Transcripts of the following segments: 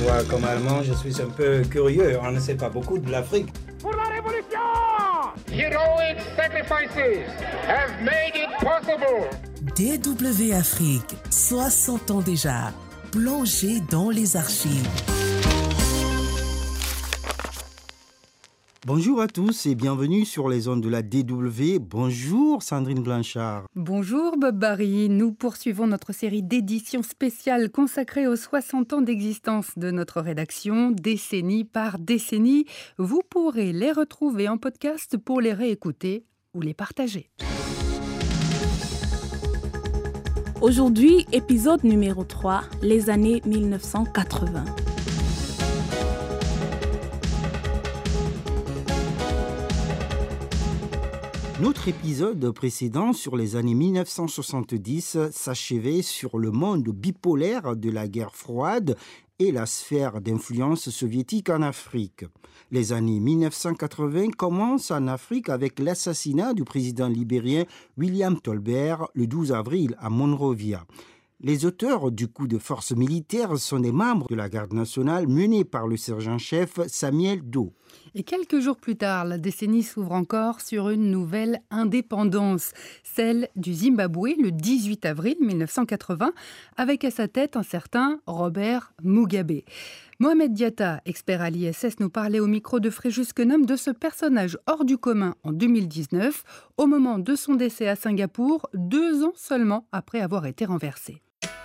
Moi, comme Allemand, je suis un peu curieux. On ne sait pas beaucoup de l'Afrique. Pour la révolution! Heroic sacrifices have made it possible. DW Afrique, 60 ans déjà, plongé dans les archives. Bonjour à tous et bienvenue sur les ondes de la DW. Bonjour Sandrine Blanchard. Bonjour Bob Barry. Nous poursuivons notre série d'éditions spéciales consacrée aux 60 ans d'existence de notre rédaction, décennie par décennie. Vous pourrez les retrouver en podcast pour les réécouter ou les partager. Aujourd'hui, épisode numéro 3, les années 1980. Notre épisode précédent sur les années 1970 s'achevait sur le monde bipolaire de la guerre froide et la sphère d'influence soviétique en Afrique. Les années 1980 commencent en Afrique avec l'assassinat du président libérien William Tolbert le 12 avril à Monrovia. Les auteurs du coup de force militaire sont des membres de la garde nationale menée par le sergent-chef Samuel Doe. Et quelques jours plus tard, la décennie s'ouvre encore sur une nouvelle indépendance, celle du Zimbabwe le 18 avril 1980, avec à sa tête un certain Robert Mugabe. Mohamed Diatta, expert à l'ISS, nous parlait au micro de Fréjus Quenom de ce personnage hors du commun en 2019, au moment de son décès à Singapour, 2 ans seulement après avoir été renversé.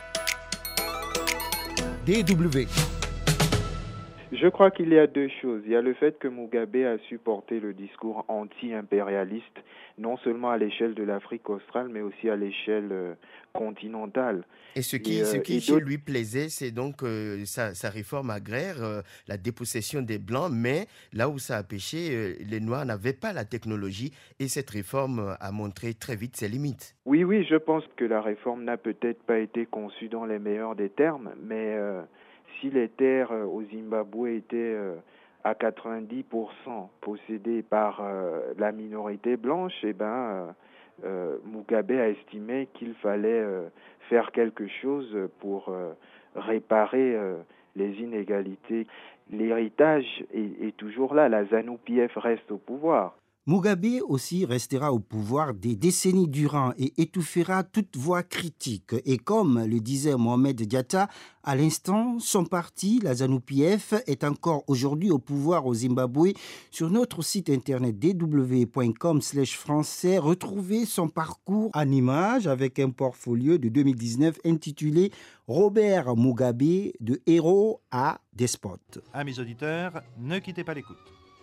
DW. Je crois qu'il y a 2 choses. Il y a le fait que Mugabe a supporté le discours anti-impérialiste, non seulement à l'échelle de l'Afrique australe, mais aussi à l'échelle continentale. Et ce qui chez lui plaisait, c'est donc sa réforme agraire, la dépossession des Blancs, mais là où ça a pêché, les Noirs n'avaient pas la technologie et cette réforme a montré très vite ses limites. Oui, je pense que la réforme n'a peut-être pas été conçue dans les meilleurs des termes, mais si les terres au Zimbabwe étaient à 90% possédées par la minorité blanche, Mugabe a estimé qu'il fallait faire quelque chose pour réparer les inégalités. L'héritage est toujours là, la ZANU-PF reste au pouvoir. Mugabe aussi restera au pouvoir des décennies durant et étouffera toute voix critique. Et comme le disait Mohamed Diatta, à l'instant, son parti, la ZANU-PF, est encore aujourd'hui au pouvoir au Zimbabwe. Sur notre site internet dw.com/français, retrouvez son parcours en images avec un portfolio de 2019 intitulé Robert Mugabe, de héros à despote. Amis auditeurs, ne quittez pas l'écoute.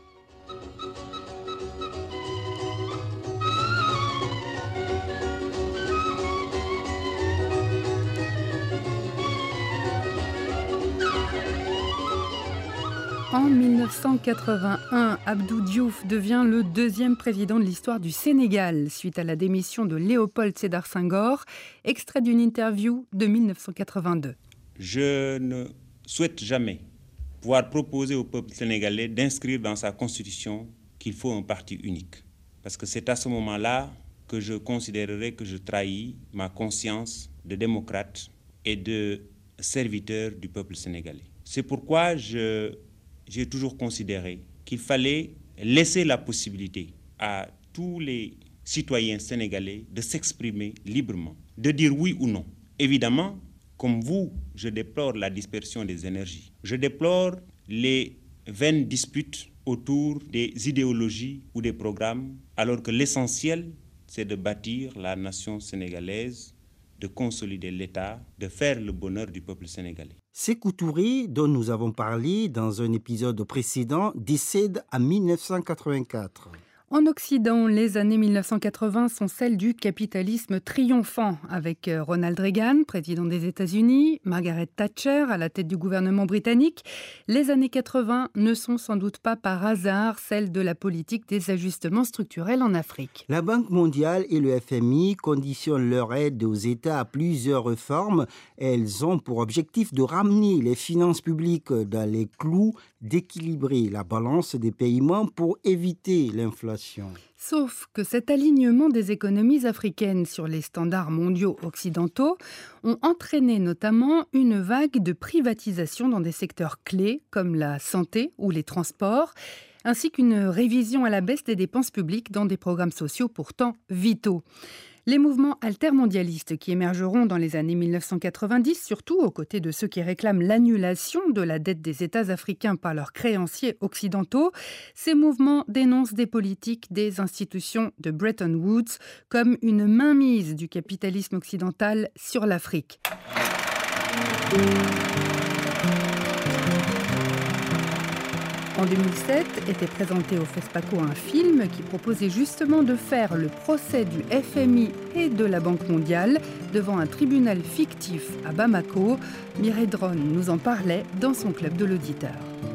En 1981, Abdou Diouf devient le 2e président de l'histoire du Sénégal, suite à la démission de Léopold Sédar Senghor, extrait d'une interview de 1982. Je ne souhaite jamais pouvoir proposer au peuple sénégalais d'inscrire dans sa constitution qu'il faut un parti unique. Parce que c'est à ce moment-là que je considérerai que je trahis ma conscience de démocrate et de serviteur du peuple sénégalais. C'est pourquoi j'ai toujours considéré qu'il fallait laisser la possibilité à tous les citoyens sénégalais de s'exprimer librement, de dire oui ou non. Évidemment, comme vous, je déplore la dispersion des énergies. Je déplore les vaines disputes autour des idéologies ou des programmes, alors que l'essentiel, c'est de bâtir la nation sénégalaise, de consolider l'État, de faire le bonheur du peuple sénégalais. Sékou Touré, dont nous avons parlé dans un épisode précédent, décède en 1984. En Occident, les années 1980 sont celles du capitalisme triomphant, avec Ronald Reagan, président des États-Unis, Margaret Thatcher à la tête du gouvernement britannique. Les années 80 ne sont sans doute pas par hasard celles de la politique des ajustements structurels en Afrique. La Banque mondiale et le FMI conditionnent leur aide aux États à plusieurs réformes. Elles ont pour objectif de ramener les finances publiques dans les clous d'équilibrer la balance des paiements pour éviter l'inflation. Sauf que cet alignement des économies africaines sur les standards mondiaux occidentaux ont entraîné notamment une vague de privatisation dans des secteurs clés comme la santé ou les transports, ainsi qu'une révision à la baisse des dépenses publiques dans des programmes sociaux pourtant vitaux. Les mouvements altermondialistes qui émergeront dans les années 1990, surtout aux côtés de ceux qui réclament l'annulation de la dette des États africains par leurs créanciers occidentaux, ces mouvements dénoncent des politiques des institutions de Bretton Woods comme une mainmise du capitalisme occidental sur l'Afrique. En 2007, était présenté au FESPACO un film qui proposait justement de faire le procès du FMI et de la Banque mondiale devant un tribunal fictif à Bamako. Mireille Dronne nous en parlait dans son club de l'auditeur.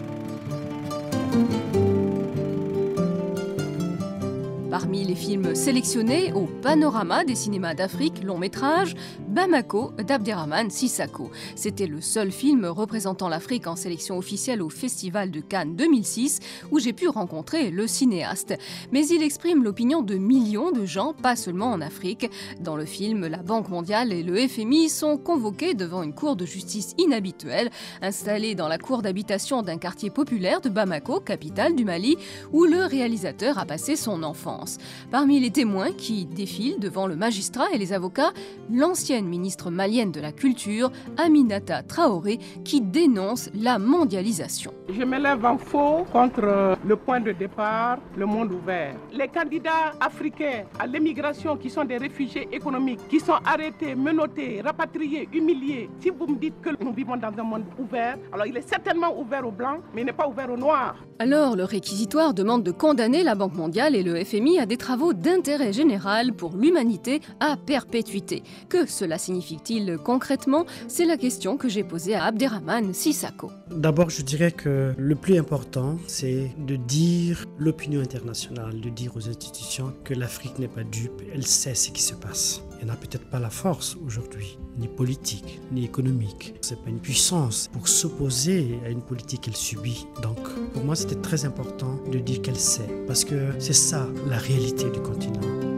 Parmi les films sélectionnés au panorama des cinémas d'Afrique long métrage, Bamako d'Abderrahmane Sissako. C'était le seul film représentant l'Afrique en sélection officielle au Festival de Cannes 2006 où j'ai pu rencontrer le cinéaste. Mais il exprime l'opinion de millions de gens, pas seulement en Afrique. Dans le film, la Banque mondiale et le FMI sont convoqués devant une cour de justice inhabituelle, installée dans la cour d'habitation d'un quartier populaire de Bamako, capitale du Mali, où le réalisateur a passé son enfance. Parmi les témoins qui défilent devant le magistrat et les avocats, l'ancienne ministre malienne de la Culture, Aminata Traoré, qui dénonce la mondialisation. Je me lève en faux contre le point de départ, le monde ouvert. Les candidats africains à l'émigration qui sont des réfugiés économiques, qui sont arrêtés, menottés, rapatriés, humiliés. Si vous me dites que nous vivons dans un monde ouvert, alors il est certainement ouvert aux Blancs, mais il n'est pas ouvert aux Noirs. Alors le réquisitoire demande de condamner la Banque mondiale et le FMI à des travaux d'intérêt général pour l'humanité à perpétuité. Que cela signifie-t-il concrètement? C'est la question que j'ai posée à Abderrahmane Sissako. D'abord, je dirais que le plus important, c'est de dire l'opinion internationale, de dire aux institutions que l'Afrique n'est pas dupe, elle sait ce qui se passe. Elle n'a peut-être pas la force aujourd'hui, ni politique, ni économique. Ce n'est pas une puissance pour s'opposer à une politique qu'elle subit. Donc, pour moi, c'était très important de dire qu'elle sait, parce que c'est ça la réalité du continent.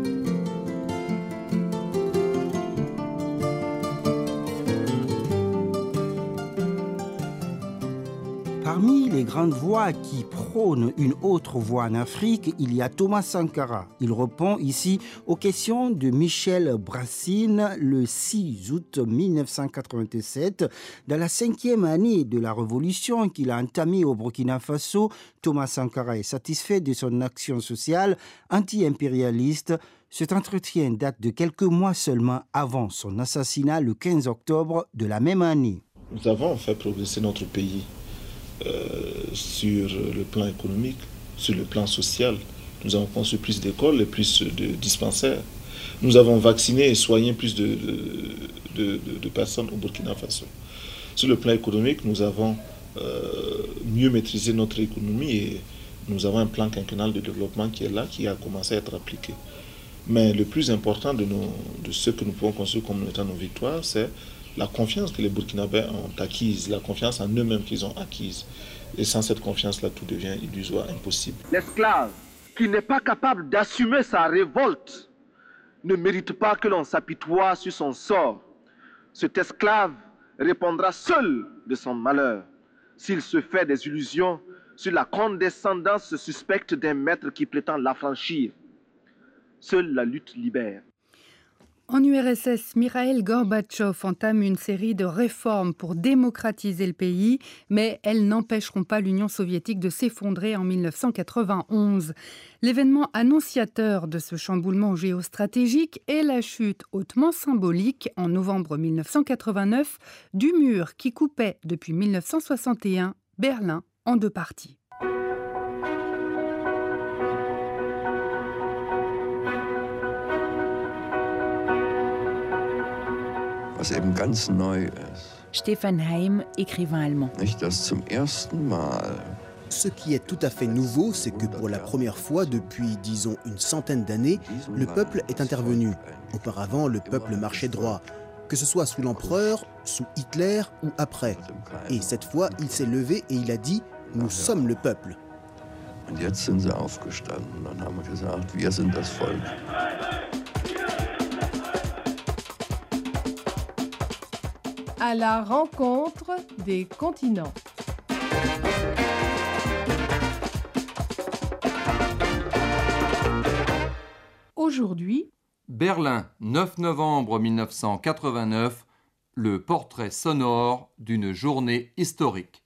Parmi les grandes voix qui prônent une autre voie en Afrique, il y a Thomas Sankara. Il répond ici aux questions de Michel Brassine le 6 août 1987. Dans la 5e année de la révolution qu'il a entamée au Burkina Faso, Thomas Sankara est satisfait de son action sociale anti-impérialiste. Cet entretien date de quelques mois seulement avant son assassinat le 15 octobre de la même année. Nous avons fait progresser notre pays. Sur le plan économique, sur le plan social. Nous avons construit plus d'écoles et plus de dispensaires. Nous avons vacciné et soigné plus de personnes au Burkina Faso. Sur le plan économique, nous avons mieux maîtrisé notre économie et nous avons un plan quinquennal de développement qui est là, qui a commencé à être appliqué. Mais le plus important de ce que nous pouvons construire comme étant nos victoires, c'est la confiance que les Burkinabés ont acquise, la confiance en eux-mêmes qu'ils ont acquise. Et sans cette confiance-là, tout devient illusoire, impossible. L'esclave qui n'est pas capable d'assumer sa révolte ne mérite pas que l'on s'apitoie sur son sort. Cet esclave répondra seul de son malheur s'il se fait des illusions sur la condescendance suspecte d'un maître qui prétend l'affranchir. Seule la lutte libère. En URSS, Mikhaïl Gorbatchev entame une série de réformes pour démocratiser le pays, mais elles n'empêcheront pas l'Union soviétique de s'effondrer en 1991. L'événement annonciateur de ce chamboulement géostratégique est la chute hautement symbolique en novembre 1989 du mur qui coupait depuis 1961 Berlin en deux parties. Stefan Heim, écrivain allemand. Ce qui est tout à fait nouveau, c'est que pour la première fois depuis, disons, une centaine d'années, le peuple est intervenu. Auparavant, le peuple marchait droit, que ce soit sous l'empereur, sous Hitler ou après. Et cette fois, il s'est levé et il a dit « Nous sommes le peuple. Und jetzt sind sie aufgestanden und dann haben wir gesagt, wir sind das Volk. À la rencontre des continents. Aujourd'hui, Berlin, 9 novembre 1989, le portrait sonore d'une journée historique.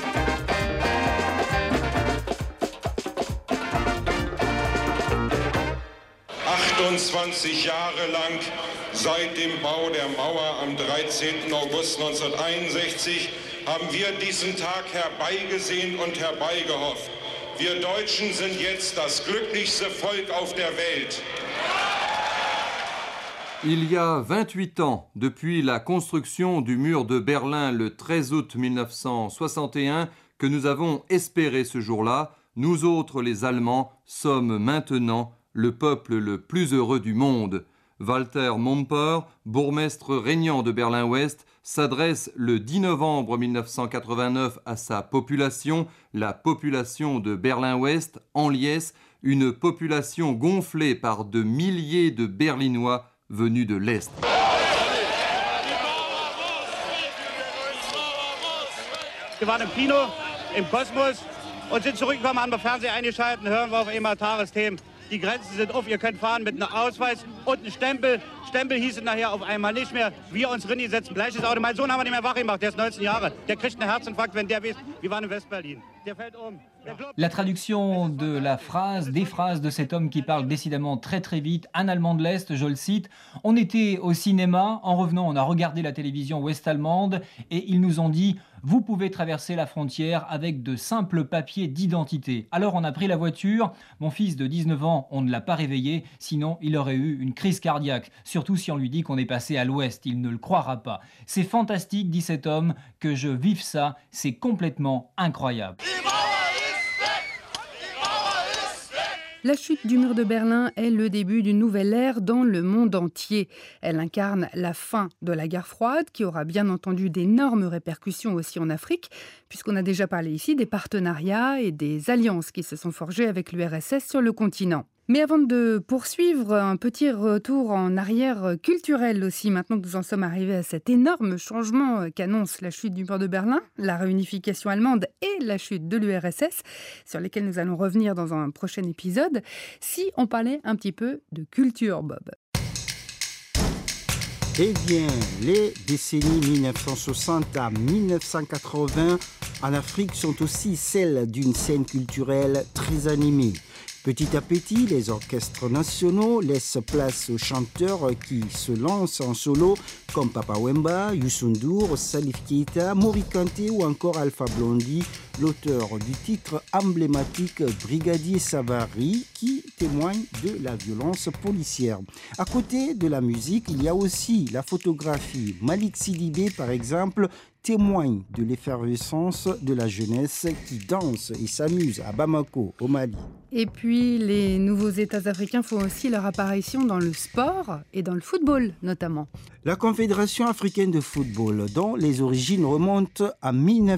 Jahre lang, seit dem Bau der Mauer am 13. August 1961, haben wir diesen Tag herbeigesehen und herbeigehofft. Wir Deutschen sind jetzt das glücklichste Volk auf der Welt. Il y a 28 ans, depuis la construction du mur de Berlin le 13 août 1961, que nous avons espéré ce jour-là, nous autres les Allemands sommes maintenant le peuple le plus heureux du monde. Walter Momper, bourgmestre régnant de Berlin-Ouest, s'adresse le 10 novembre 1989 à sa population, la population de Berlin-Ouest, en liesse, une population gonflée par de milliers de Berlinois venus de l'Est. Wir waren im Kino, im Kosmos und sind zurückgekommen, haben wir Fernseher eingeschaltet und hören wir auf einmal Tagesthemen. Die Grenzen sind auf, ihr könnt fahren mit einem Ausweis und einem Stempel. Stempel hieß es nachher auf einmal nicht mehr. Wir uns drin setzen, gleiches Auto. Mein Sohn haben wir nicht mehr wach gemacht, der ist 19 Jahre. Der kriegt einen Herzinfarkt, wenn der weiß, wir waren in West-Berlin. Der fällt um. La traduction de la phrase, des phrases de cet homme qui parle décidément très très vite, un Allemand de l'Est, je le cite. On était au cinéma, en revenant on a regardé la télévision ouest-allemande et ils nous ont dit « Vous pouvez traverser la frontière avec de simples papiers d'identité ». Alors on a pris la voiture, mon fils de 19 ans, on ne l'a pas réveillé, sinon il aurait eu une crise cardiaque. Surtout si on lui dit qu'on est passé à l'ouest, il ne le croira pas. C'est fantastique, dit cet homme, que je vive ça, c'est complètement incroyable. La chute du mur de Berlin est le début d'une nouvelle ère dans le monde entier. Elle incarne la fin de la guerre froide, qui aura bien entendu d'énormes répercussions aussi en Afrique, puisqu'on a déjà parlé ici des partenariats et des alliances qui se sont forgées avec l'URSS sur le continent. Mais avant de poursuivre, un petit retour en arrière culturel aussi, maintenant que nous en sommes arrivés à cet énorme changement qu'annonce la chute du mur de Berlin, la réunification allemande et la chute de l'URSS, sur lesquelles nous allons revenir dans un prochain épisode, si on parlait un petit peu de culture, Bob. Eh bien, les décennies 1960 à 1980 en Afrique sont aussi celles d'une scène culturelle très animée. Petit à petit, les orchestres nationaux laissent place aux chanteurs qui se lancent en solo comme Papa Wemba, Youssou N'Dour, Salif Keita, Mori Kanté ou encore Alpha Blondy, l'auteur du titre emblématique Brigadier Savary qui témoigne de la violence policière. À côté de la musique, il y a aussi la photographie. Malik Sidibé, par exemple, témoigne de l'effervescence de la jeunesse qui danse et s'amuse à Bamako, au Mali. Et puis, les nouveaux États africains font aussi leur apparition dans le sport et dans le football notamment. La Confédération africaine de football, dont les origines remontent à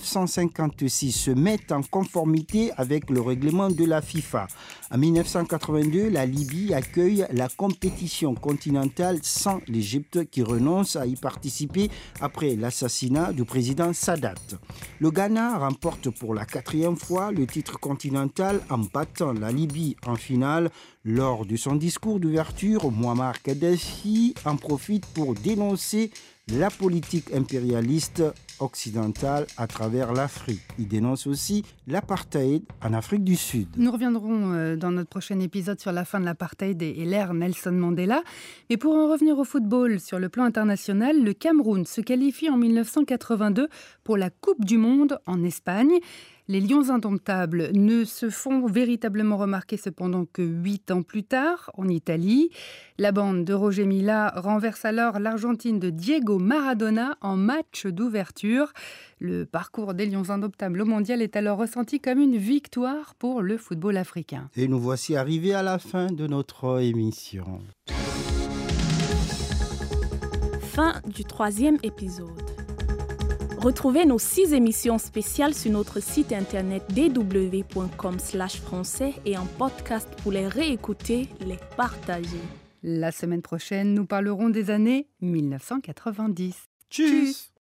1956, se met en conformité avec le règlement de la FIFA. En 1982, la Libye accueille la compétition continentale sans l'Égypte qui renonce à y participer après l'assassinat du président Sadat. Le Ghana remporte pour la 4e fois le titre continental en battant la Libye en finale. Lors de son discours d'ouverture, Muammar Kadhafi en profite pour dénoncer la politique impérialiste occidentale à travers l'Afrique. Il dénonce aussi l'apartheid en Afrique du Sud. Nous reviendrons dans notre prochain épisode sur la fin de l'apartheid et l'ère Nelson Mandela. Mais pour en revenir au football, sur le plan international, le Cameroun se qualifie en 1982 pour la Coupe du Monde en Espagne. Les Lions indomptables ne se font véritablement remarquer cependant que 8 ans plus tard, en Italie. La bande de Roger Mila renverse alors l'Argentine de Diego Maradona en match d'ouverture. Le parcours des Lions indomptables au mondial est alors ressenti comme une victoire pour le football africain. Et nous voici arrivés à la fin de notre émission. Fin du 3e épisode. Retrouvez nos 6 émissions spéciales sur notre site internet dw.com/français et en podcast pour les réécouter, les partager. La semaine prochaine, nous parlerons des années 1990. Tchuss.